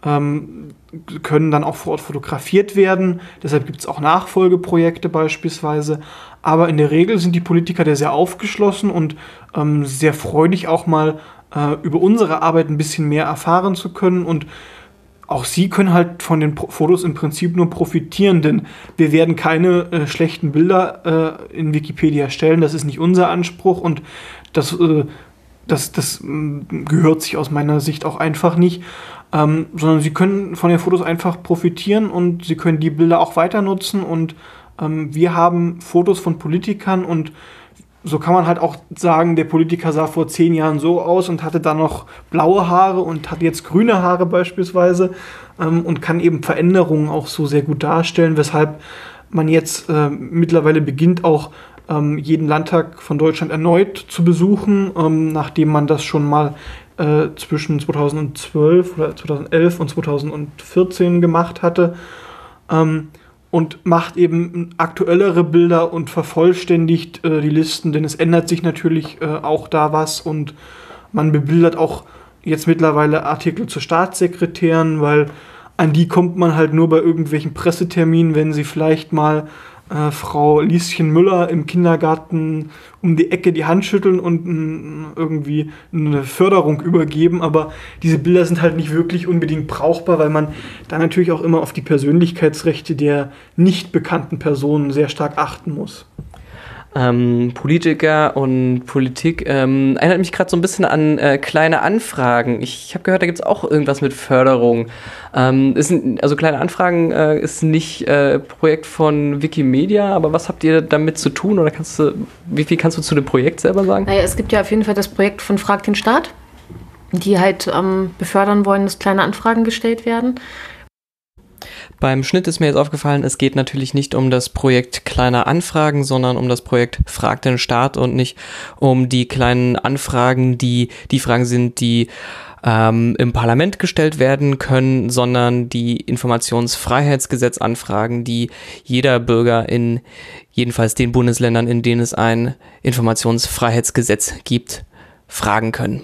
Speaker 4: ähm, können dann auch vor Ort fotografiert werden. Deshalb gibt es auch Nachfolgeprojekte beispielsweise. Aber in der Regel sind die Politiker da sehr aufgeschlossen und ähm, sehr freudig auch mal äh, über unsere Arbeit ein bisschen mehr erfahren zu können. Und auch sie können halt von den Pro- Fotos im Prinzip nur profitieren, denn wir werden keine äh, schlechten Bilder äh, in Wikipedia stellen. Das ist nicht unser Anspruch und das, äh, das, das äh, gehört sich aus meiner Sicht auch einfach nicht. Ähm, sondern sie können von den Fotos einfach profitieren und sie können die Bilder auch weiter nutzen und ähm, wir haben Fotos von Politikern und so kann man halt auch sagen, der Politiker sah vor zehn Jahren so aus und hatte dann noch blaue Haare und hat jetzt grüne Haare beispielsweise ähm, und kann eben Veränderungen auch so sehr gut darstellen, weshalb man jetzt äh, mittlerweile beginnt, auch ähm, jeden Landtag von Deutschland erneut zu besuchen, ähm, nachdem man das schon mal äh, zwischen zweitausendzwölf oder zweitausendelf und zweitausendvierzehn gemacht hatte. Ähm, und macht eben aktuellere Bilder und vervollständigt äh, die Listen, denn es ändert sich natürlich äh, auch da was und man bebildert auch jetzt mittlerweile Artikel zu Staatssekretären, weil an die kommt man halt nur bei irgendwelchen Presseterminen, wenn sie vielleicht mal äh, Frau Lieschen Müller im Kindergarten um die Ecke die Hand schütteln und mh, irgendwie eine Förderung übergeben, aber diese Bilder sind halt nicht wirklich unbedingt brauchbar, weil man da natürlich auch immer auf die Persönlichkeitsrechte der nicht bekannten Personen sehr stark achten muss.
Speaker 1: Ähm, Politiker und Politik ähm, erinnert mich gerade so ein bisschen an äh, kleine Anfragen. Ich, ich habe gehört, da gibt es auch irgendwas mit Förderung. Ähm, ist ein, also kleine Anfragen äh, ist nicht äh, Projekt von Wikimedia, aber was habt ihr damit zu tun? Oder kannst du, wie viel kannst du zu dem Projekt selber sagen?
Speaker 2: Naja, es gibt ja auf jeden Fall das Projekt von Frag den Staat, die halt ähm, befördern wollen, dass kleine Anfragen gestellt werden.
Speaker 1: Beim Schnitt ist mir jetzt aufgefallen, es geht natürlich nicht um das Projekt Kleine Anfragen, sondern um das Projekt Frag den Staat und nicht um die kleinen Anfragen, die die Fragen sind, die ähm, im Parlament gestellt werden können, sondern die Informationsfreiheitsgesetzanfragen, die jeder Bürger in jedenfalls den Bundesländern, in denen es ein Informationsfreiheitsgesetz gibt, fragen können.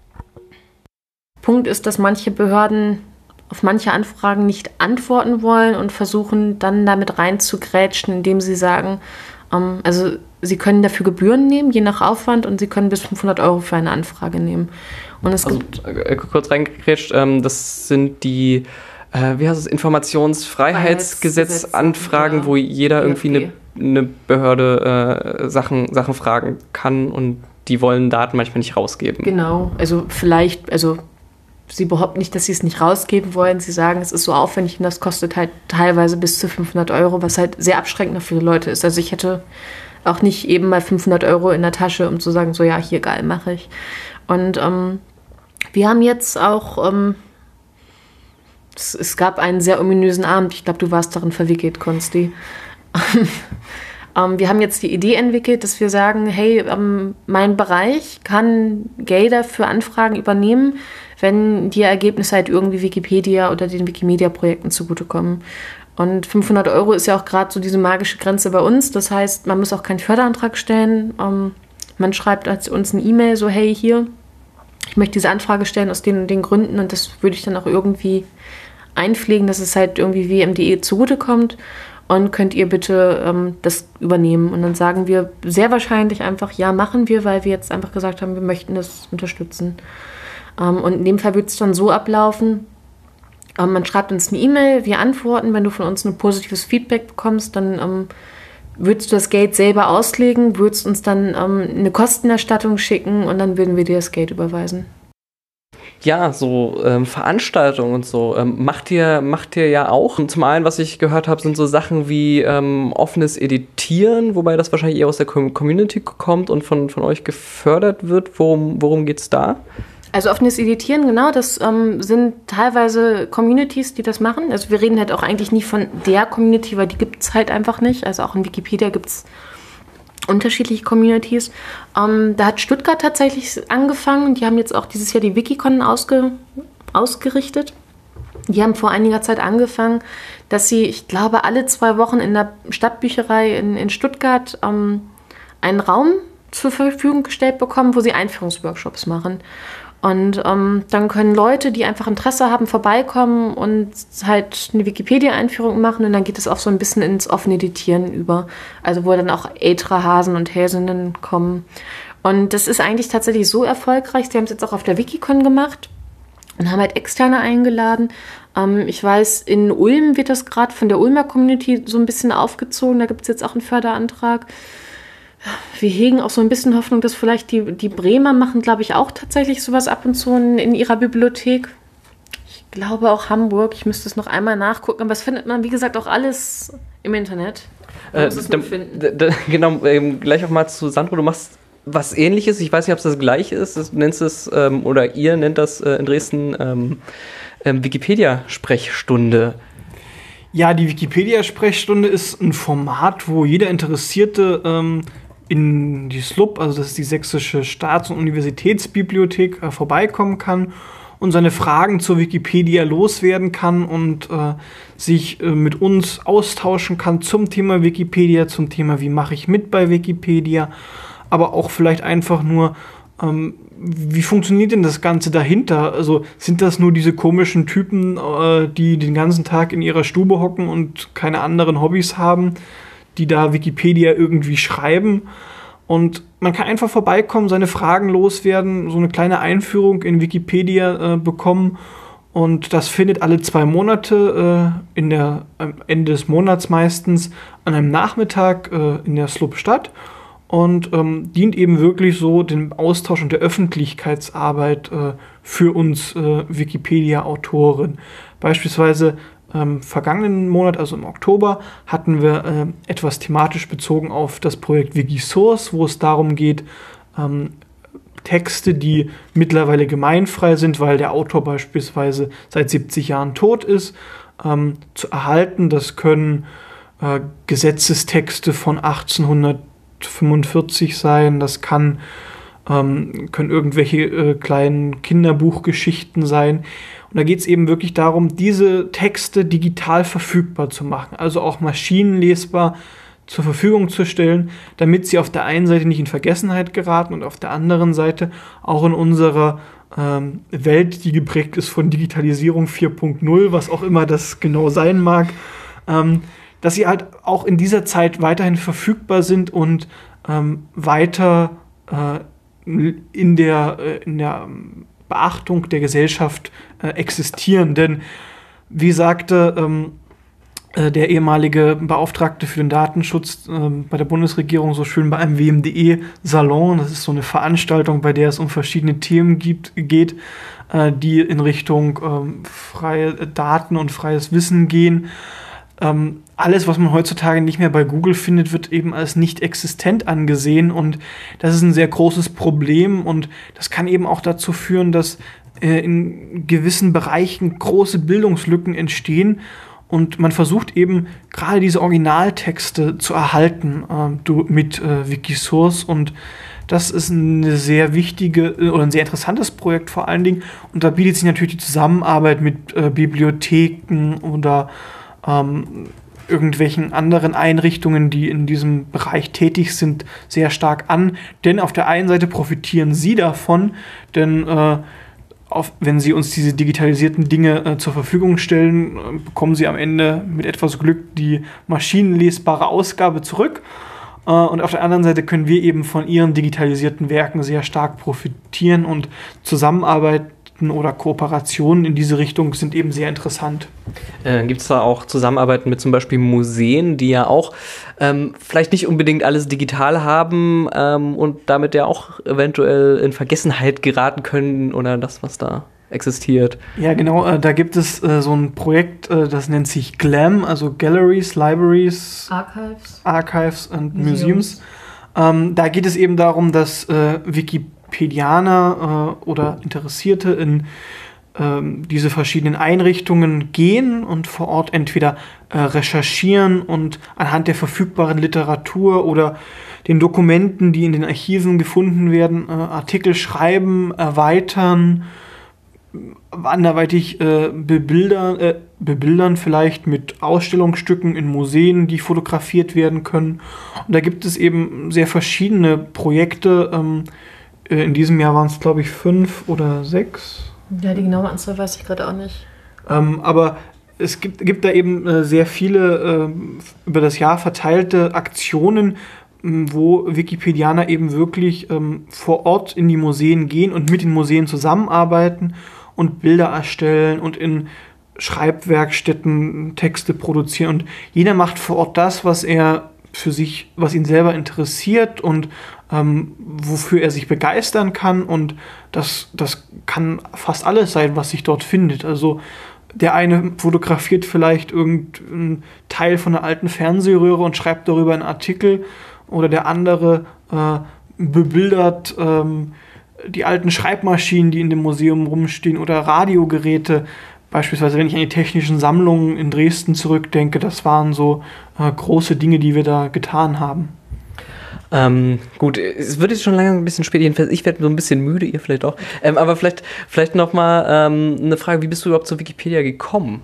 Speaker 2: Punkt ist, dass manche Behörden auf manche Anfragen nicht antworten wollen und versuchen dann damit reinzugrätschen, indem sie sagen, ähm, also sie können dafür Gebühren nehmen, je nach Aufwand, und sie können bis fünfhundert Euro für eine Anfrage nehmen. Und es
Speaker 1: also,
Speaker 2: gibt
Speaker 1: äh, kurz reingegrätscht, ähm, das sind die, äh, wie heißt es, Informationsfreiheitsgesetzanfragen,
Speaker 2: ja,
Speaker 1: wo jeder irgendwie eine eine Behörde äh, Sachen, Sachen fragen kann und die wollen Daten manchmal nicht rausgeben.
Speaker 2: Genau, also vielleicht, also sie behaupten nicht, dass sie es nicht rausgeben wollen. Sie sagen, es ist so aufwendig und das kostet halt teilweise bis zu fünfhundert Euro, was halt sehr abschreckend für viele Leute ist. Also ich hätte auch nicht eben mal fünfhundert Euro in der Tasche, um zu sagen, so ja, hier geil, mache ich. Und ähm, wir haben jetzt auch, ähm, es, es gab einen sehr ominösen Abend, ich glaube, du warst darin verwickelt, Konsti. ähm, wir haben jetzt die Idee entwickelt, dass wir sagen, hey, ähm, mein Bereich kann Gelder für Anfragen übernehmen, wenn die Ergebnisse halt irgendwie Wikipedia oder den Wikimedia-Projekten zugutekommen. Und fünfhundert Euro ist ja auch gerade so diese magische Grenze bei uns. Das heißt, man muss auch keinen Förderantrag stellen. Ähm, man schreibt uns eine E-Mail so, hey, hier, ich möchte diese Anfrage stellen aus den, den Gründen und das würde ich dann auch irgendwie einpflegen, dass es halt irgendwie W M punkt de zugutekommt und könnt ihr bitte ähm, das übernehmen. Und dann sagen wir sehr wahrscheinlich einfach, ja, machen wir, weil wir jetzt einfach gesagt haben, wir möchten das unterstützen. Ähm, und in dem Fall wird es dann so ablaufen, ähm, man schreibt uns eine E-Mail, wir antworten, wenn du von uns ein positives Feedback bekommst, dann ähm, würdest du das Geld selber auslegen, würdest uns dann ähm, eine Kostenerstattung schicken und dann würden wir dir das Geld überweisen.
Speaker 1: Ja, so ähm, Veranstaltungen und so ähm, macht ihr macht ihr ja auch. Und zum einen, was ich gehört habe, sind so Sachen wie ähm, offenes Editieren, wobei das wahrscheinlich eher aus der Community kommt und von, von euch gefördert wird. Worum, worum geht's da?
Speaker 2: Also offenes Editieren, genau, das ähm, sind teilweise Communities, die das machen. Also wir reden halt auch eigentlich nie von der Community, weil die gibt es halt einfach nicht. Also auch in Wikipedia gibt es unterschiedliche Communities. Ähm, da hat Stuttgart tatsächlich angefangen. Die haben jetzt auch dieses Jahr die Wikicon ausge, ausgerichtet. Die haben vor einiger Zeit angefangen, dass sie, ich glaube, alle zwei Wochen in der Stadtbücherei in, in Stuttgart ähm, einen Raum zur Verfügung gestellt bekommen, wo sie Einführungsworkshops machen. Und ähm, dann können Leute, die einfach Interesse haben, vorbeikommen und halt eine Wikipedia-Einführung machen und dann geht es auch so ein bisschen ins offene Editieren über. Also wo dann auch ältere Hasen und Häsinnen kommen. Und das ist eigentlich tatsächlich so erfolgreich. Sie haben es jetzt auch auf der Wikicon gemacht und haben halt Externe eingeladen. Ähm, ich weiß, in Ulm wird das gerade von der Ulmer Community so ein bisschen aufgezogen. Da gibt es jetzt auch einen Förderantrag. Wir hegen auch so ein bisschen Hoffnung, dass vielleicht die, die Bremer machen, glaube ich, auch tatsächlich sowas ab und zu in, in ihrer Bibliothek. Ich glaube auch Hamburg. Ich müsste es noch einmal nachgucken. Aber das findet man, wie gesagt, auch alles im Internet.
Speaker 1: Äh, da, da, da, genau, ähm, gleich auch mal zu Sandro. Du machst was Ähnliches. Ich weiß nicht, ob es das Gleiche ist. Du nennst es, ähm, oder ihr nennt das äh, in Dresden ähm, ähm, Wikipedia-Sprechstunde.
Speaker 4: Ja, die Wikipedia-Sprechstunde ist ein Format, wo jeder Interessierte ähm, in die S L U B, also das ist die Sächsische Staats- und Universitätsbibliothek, äh, vorbeikommen kann und seine Fragen zur Wikipedia loswerden kann und äh, sich äh, mit uns austauschen kann zum Thema Wikipedia, zum Thema, wie mache ich mit bei Wikipedia, aber auch vielleicht einfach nur, ähm, wie funktioniert denn das Ganze dahinter? Also sind das nur diese komischen Typen, äh, die den ganzen Tag in ihrer Stube hocken und keine anderen Hobbys haben, die da Wikipedia irgendwie schreiben? Und man kann einfach vorbeikommen, seine Fragen loswerden, so eine kleine Einführung in Wikipedia äh, bekommen. Und das findet alle zwei Monate äh, in der, am Ende des Monats meistens an einem Nachmittag äh, in der S L U B statt. Und ähm, dient eben wirklich so dem Austausch und der Öffentlichkeitsarbeit äh, für uns äh, Wikipedia-Autoren. Beispielsweise ähm, vergangenen Monat, also im Oktober, hatten wir äh, etwas thematisch bezogen auf das Projekt Wikisource, wo es darum geht, ähm, Texte, die mittlerweile gemeinfrei sind, weil der Autor beispielsweise seit siebzig Jahren tot ist, ähm, zu erhalten. Das können äh, Gesetzestexte von achtzehnhundertfünfundvierzig sein, das kann, ähm, können irgendwelche äh, kleinen Kinderbuchgeschichten sein. Und da geht es eben wirklich darum, diese Texte digital verfügbar zu machen, also auch maschinenlesbar zur Verfügung zu stellen, damit sie auf der einen Seite nicht in Vergessenheit geraten und auf der anderen Seite auch in unserer ähm, Welt, die geprägt ist von Digitalisierung vier Punkt null, was auch immer das genau sein mag, ähm, dass sie halt auch in dieser Zeit weiterhin verfügbar sind und ähm, weiter äh, in der, äh, in der Beachtung der Gesellschaft äh, existieren. Denn, wie sagte ähm, äh, der ehemalige Beauftragte für den Datenschutz äh, bei der Bundesregierung so schön bei einem W M D E-Salon, das ist so eine Veranstaltung, bei der es um verschiedene Themen gibt, geht, äh, die in Richtung äh, freie Daten und freies Wissen gehen. Ähm, alles, was man heutzutage nicht mehr bei Google findet, wird eben als nicht existent angesehen, und das ist ein sehr großes Problem, und das kann eben auch dazu führen, dass äh, in gewissen Bereichen große Bildungslücken entstehen, und man versucht eben gerade diese Originaltexte zu erhalten äh, mit äh, Wikisource, und das ist eine sehr wichtige äh, oder ein sehr interessantes Projekt vor allen Dingen, und da bietet sich natürlich die Zusammenarbeit mit äh, Bibliotheken oder Ähm, irgendwelchen anderen Einrichtungen, die in diesem Bereich tätig sind, sehr stark an. Denn auf der einen Seite profitieren sie davon, denn äh, auf, wenn sie uns diese digitalisierten Dinge äh, zur Verfügung stellen, äh, bekommen sie am Ende mit etwas Glück die maschinenlesbare Ausgabe zurück. Äh, und auf der anderen Seite können wir eben von ihren digitalisierten Werken sehr stark profitieren, und Zusammenarbeit oder Kooperationen in diese Richtung sind eben sehr interessant.
Speaker 1: Äh, Gibt es da auch Zusammenarbeiten mit zum Beispiel Museen, die ja auch ähm, vielleicht nicht unbedingt alles digital haben ähm, und damit ja auch eventuell in Vergessenheit geraten können, oder das, was da existiert?
Speaker 4: Ja, genau, äh, da gibt es äh, so ein Projekt, äh, das nennt sich GLAM, also Galleries, Libraries,
Speaker 2: Archives,
Speaker 4: Archives and
Speaker 2: Museums.
Speaker 4: Museums. Ähm, da geht es eben darum, dass äh, Wikipedianer äh, oder Interessierte in ähm, diese verschiedenen Einrichtungen gehen und vor Ort entweder äh, recherchieren und anhand der verfügbaren Literatur oder den Dokumenten, die in den Archiven gefunden werden, äh, Artikel schreiben, erweitern, anderweitig äh, bebildern, äh, bebildern, vielleicht mit Ausstellungsstücken in Museen, die fotografiert werden können. Und da gibt es eben sehr verschiedene Projekte. Ähm, äh, in diesem Jahr waren es, glaube ich, fünf oder sechs.
Speaker 2: Ja, die genaue Anzahl weiß ich gerade auch nicht.
Speaker 4: Ähm, aber es gibt, gibt da eben äh, sehr viele äh, über das Jahr verteilte Aktionen, wo Wikipedianer eben wirklich ähm, vor Ort in die Museen gehen und mit den Museen zusammenarbeiten und Bilder erstellen und in Schreibwerkstätten Texte produzieren. Und jeder macht vor Ort das, was er für sich, was ihn selber interessiert und ähm, wofür er sich begeistern kann. Und das, das kann fast alles sein, was sich dort findet. Also der eine fotografiert vielleicht irgendeinen Teil von einer alten Fernsehröhre und schreibt darüber einen Artikel, oder der andere äh, bebildert ähm, die alten Schreibmaschinen, die in dem Museum rumstehen, oder Radiogeräte. Beispielsweise, wenn ich an die technischen Sammlungen in Dresden zurückdenke, das waren so äh, große Dinge, die wir da getan haben.
Speaker 1: Ähm, gut, es wird jetzt schon lange ein bisschen spät, jedenfalls ich werde so ein bisschen müde, ihr vielleicht auch. Ähm, aber vielleicht, vielleicht nochmal ähm, eine Frage, wie bist du überhaupt zur Wikipedia gekommen?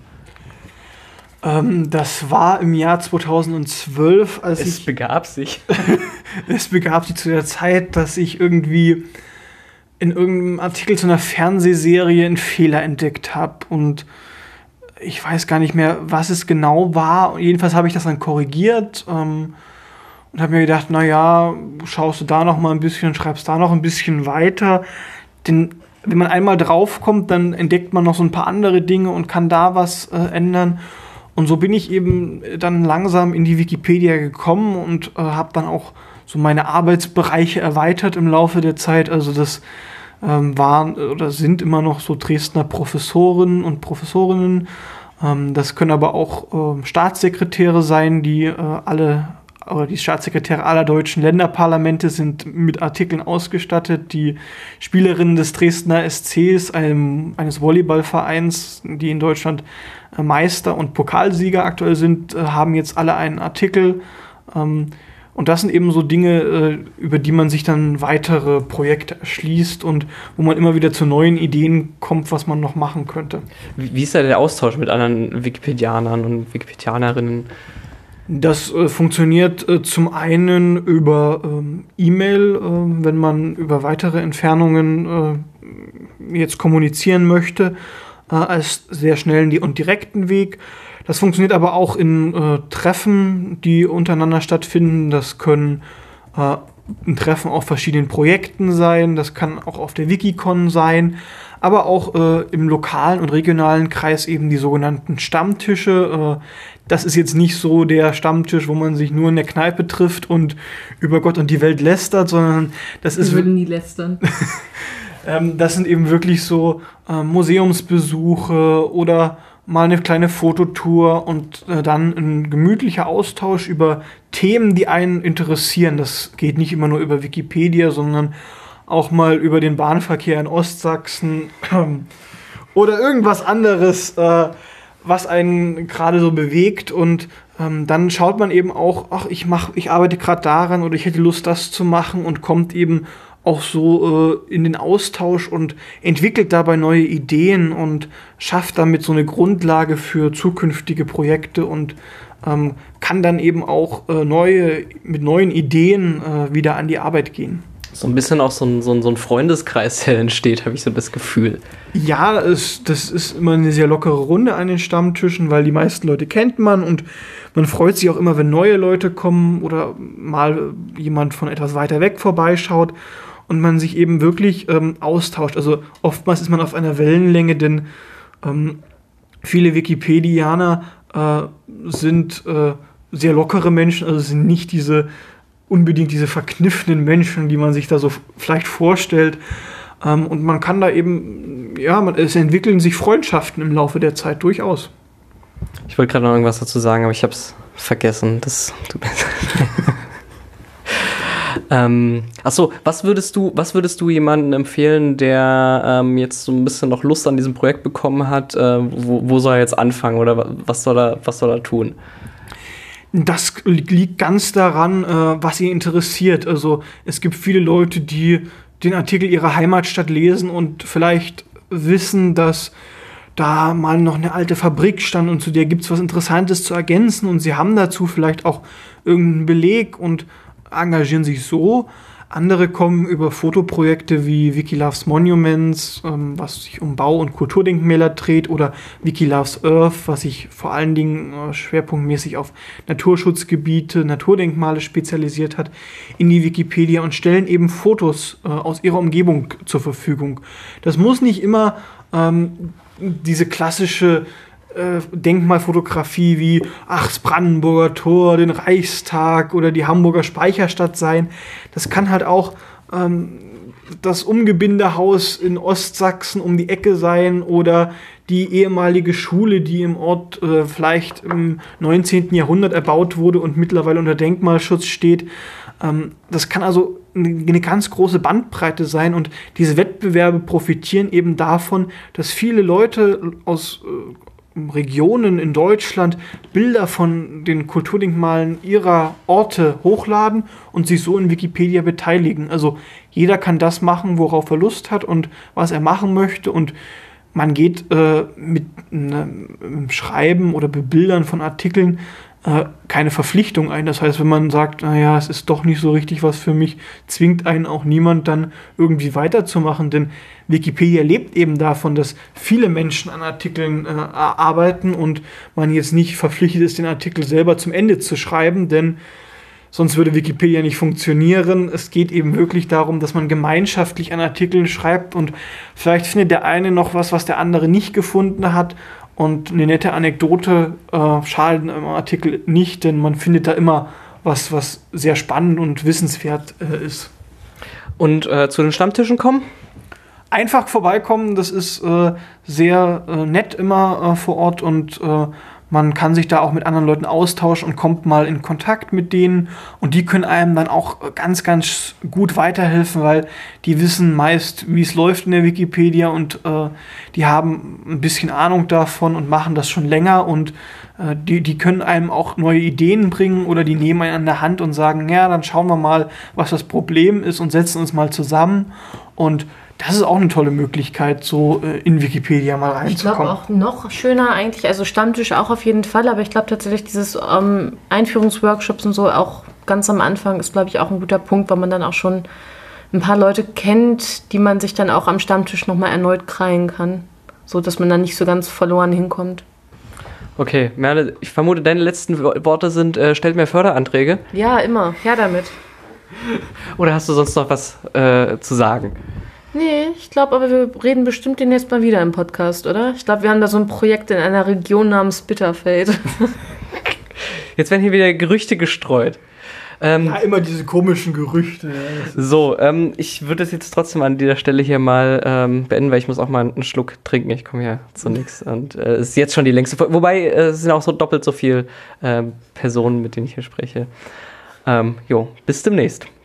Speaker 4: Ähm, das war im Jahr zweitausendzwölf, als
Speaker 1: es
Speaker 4: ich...
Speaker 1: begab sich.
Speaker 4: Es begab sich zu der Zeit, dass ich irgendwie in irgendeinem Artikel zu einer Fernsehserie einen Fehler entdeckt habe. Und ich weiß gar nicht mehr, was es genau war. Jedenfalls habe ich das dann korrigiert ähm, und habe mir gedacht, naja, schaust du da noch mal ein bisschen, schreibst da noch ein bisschen weiter. Denn wenn man einmal draufkommt, dann entdeckt man noch so ein paar andere Dinge und kann da was äh, ändern. Und so bin ich eben dann langsam in die Wikipedia gekommen und äh, habe dann auch so meine Arbeitsbereiche erweitert im Laufe der Zeit. Also das ähm, waren oder sind immer noch so Dresdner Professoren und Professorinnen. Ähm, das können aber auch äh, Staatssekretäre sein, die äh, alle oder die Staatssekretäre aller deutschen Länderparlamente sind mit Artikeln ausgestattet. Die Spielerinnen des Dresdner S Cs, einem, eines Volleyballvereins, die in Deutschland äh, Meister und Pokalsieger aktuell sind, äh, haben jetzt alle einen Artikel. Ähm, und das sind eben so Dinge, äh, über die man sich dann weitere Projekte erschließt und wo man immer wieder zu neuen Ideen kommt, was man noch machen könnte.
Speaker 1: Wie, wie ist da der Austausch mit anderen Wikipedianern und Wikipedianerinnen?
Speaker 4: Das äh, funktioniert äh, zum einen über ähm, E-Mail, äh, wenn man über weitere Entfernungen äh, jetzt kommunizieren möchte, äh, als sehr schnellen und direkten Weg. Das funktioniert aber auch in äh, Treffen, die untereinander stattfinden. Das können äh, ein Treffen auf verschiedenen Projekten sein, das kann auch auf der Wikicon sein, aber auch äh, im lokalen und regionalen Kreis eben die sogenannten Stammtische. Äh, das ist jetzt nicht so der Stammtisch, wo man sich nur in der Kneipe trifft und über Gott und die Welt lästert, sondern das ist...
Speaker 2: Wir würden nie lästern.
Speaker 4: ähm, das sind eben wirklich so äh, Museumsbesuche oder mal eine kleine Fototour und äh, dann ein gemütlicher Austausch über Themen, die einen interessieren. Das geht nicht immer nur über Wikipedia, sondern auch mal über den Bahnverkehr in Ostsachsen oder irgendwas anderes, äh, was einen gerade so bewegt. Und ähm, dann schaut man eben auch, ach, ich mach, ich arbeite gerade daran oder ich hätte Lust, das zu machen, und kommt eben auch so äh, in den Austausch und entwickelt dabei neue Ideen und schafft damit so eine Grundlage für zukünftige Projekte und ähm, kann dann eben auch äh, neue, mit neuen Ideen äh, wieder an die Arbeit gehen.
Speaker 1: So ein bisschen auch so ein, so ein, so ein Freundeskreis, der entsteht, habe ich so das Gefühl.
Speaker 4: Ja, es, das ist immer eine sehr lockere Runde an den Stammtischen, weil die meisten Leute kennt man und man freut sich auch immer, wenn neue Leute kommen oder mal jemand von etwas weiter weg vorbeischaut und man sich eben wirklich ähm, austauscht. Also oftmals ist man auf einer Wellenlänge, denn ähm, viele Wikipedianer äh, sind äh, sehr lockere Menschen, also sind nicht diese unbedingt diese verkniffenen Menschen, die man sich da so f- vielleicht vorstellt. Ähm, und man kann da eben, ja, man, es entwickeln sich Freundschaften im Laufe der Zeit durchaus.
Speaker 1: Ich wollte gerade noch irgendwas dazu sagen, aber ich habe es vergessen. Das tut mir leid. ähm, achso, was würdest du, was würdest du jemandem empfehlen, der ähm, jetzt so ein bisschen noch Lust an diesem Projekt bekommen hat? Äh, wo, wo soll er jetzt anfangen oder was soll er, was soll er tun?
Speaker 4: Das liegt ganz daran, äh, was ihn interessiert. Also es gibt viele Leute, die den Artikel ihrer Heimatstadt lesen und vielleicht wissen, dass da mal noch eine alte Fabrik stand und zu der gibt es was Interessantes zu ergänzen und sie haben dazu vielleicht auch irgendeinen Beleg und engagieren sich so. Andere kommen über Fotoprojekte wie Wiki Loves Monuments, ähm, was sich um Bau- und Kulturdenkmäler dreht, oder Wiki Loves Earth, was sich vor allen Dingen äh, schwerpunktmäßig auf Naturschutzgebiete, Naturdenkmale spezialisiert hat, in die Wikipedia und stellen eben Fotos äh, aus ihrer Umgebung zur Verfügung. Das muss nicht immer ähm, diese klassische äh, Denkmalfotografie wie ach, das Brandenburger Tor, den Reichstag oder die Hamburger Speicherstadt sein. Das kann halt auch ähm, das Umgebindehaus in Ostsachsen um die Ecke sein oder die ehemalige Schule, die im Ort äh, vielleicht im neunzehnten Jahrhundert erbaut wurde und mittlerweile unter Denkmalschutz steht. Ähm, das kann also eine ganz große Bandbreite sein und diese Wettbewerbe profitieren eben davon, dass viele Leute aus äh, Regionen in Deutschland Bilder von den Kulturdenkmalen ihrer Orte hochladen und sich so in Wikipedia beteiligen. Also jeder kann das machen, worauf er Lust hat und was er machen möchte, und man geht äh, mit einem Schreiben oder Bebildern von Artikeln äh, keine Verpflichtung ein. Das heißt, wenn man sagt, naja, es ist doch nicht so richtig was für mich, zwingt einen auch niemand dann irgendwie weiterzumachen, denn Wikipedia lebt eben davon, dass viele Menschen an Artikeln äh, arbeiten und man jetzt nicht verpflichtet ist, den Artikel selber zum Ende zu schreiben, denn sonst würde Wikipedia nicht funktionieren. Es geht eben wirklich darum, dass man gemeinschaftlich an Artikeln schreibt und vielleicht findet der eine noch was, was der andere nicht gefunden hat, und eine nette Anekdote äh, schadet im Artikel nicht, denn man findet da immer was, was sehr spannend und wissenswert äh, ist.
Speaker 1: Und äh, zu den Stammtischen kommen?
Speaker 4: Einfach vorbeikommen, das ist äh, sehr äh, nett immer äh, vor Ort und äh, man kann sich da auch mit anderen Leuten austauschen und kommt mal in Kontakt mit denen und die können einem dann auch ganz, ganz gut weiterhelfen, weil die wissen meist, wie es läuft in der Wikipedia und äh, die haben ein bisschen Ahnung davon und machen das schon länger und äh, die, die können einem auch neue Ideen bringen oder die nehmen einen an der Hand und sagen, ja, dann schauen wir mal, was das Problem ist und setzen uns mal zusammen, und das ist auch eine tolle Möglichkeit, so äh, in Wikipedia mal reinzukommen.
Speaker 2: Ich glaube auch noch schöner eigentlich, also Stammtisch auch auf jeden Fall, aber ich glaube tatsächlich dieses ähm, Einführungsworkshops und so auch ganz am Anfang ist, glaube ich, auch ein guter Punkt, weil man dann auch schon ein paar Leute kennt, die man sich dann auch am Stammtisch nochmal erneut kreien kann, so dass man dann nicht so ganz verloren hinkommt.
Speaker 1: Okay, Merle, ich vermute, deine letzten Worte sind, äh, stellt mir Förderanträge.
Speaker 2: Ja, immer, her damit.
Speaker 1: Oder hast du sonst noch was äh, zu sagen?
Speaker 2: Nee, ich glaube aber, wir reden bestimmt demnächst mal wieder im Podcast, oder? Ich glaube, wir haben da so ein Projekt in einer Region namens Bitterfeld.
Speaker 1: Jetzt werden hier wieder Gerüchte gestreut. Ähm,
Speaker 3: Ja, immer diese komischen Gerüchte. Ja, das ist-
Speaker 1: So, ähm, ich würde es jetzt trotzdem an dieser Stelle hier mal ähm, beenden, weil ich muss auch mal einen Schluck trinken. Ich komme ja zu nichts. Und äh, es ist jetzt schon die längste Folge. Wobei, äh, es sind auch so doppelt so viele ähm, Personen, mit denen ich hier spreche. Ähm, jo, bis demnächst.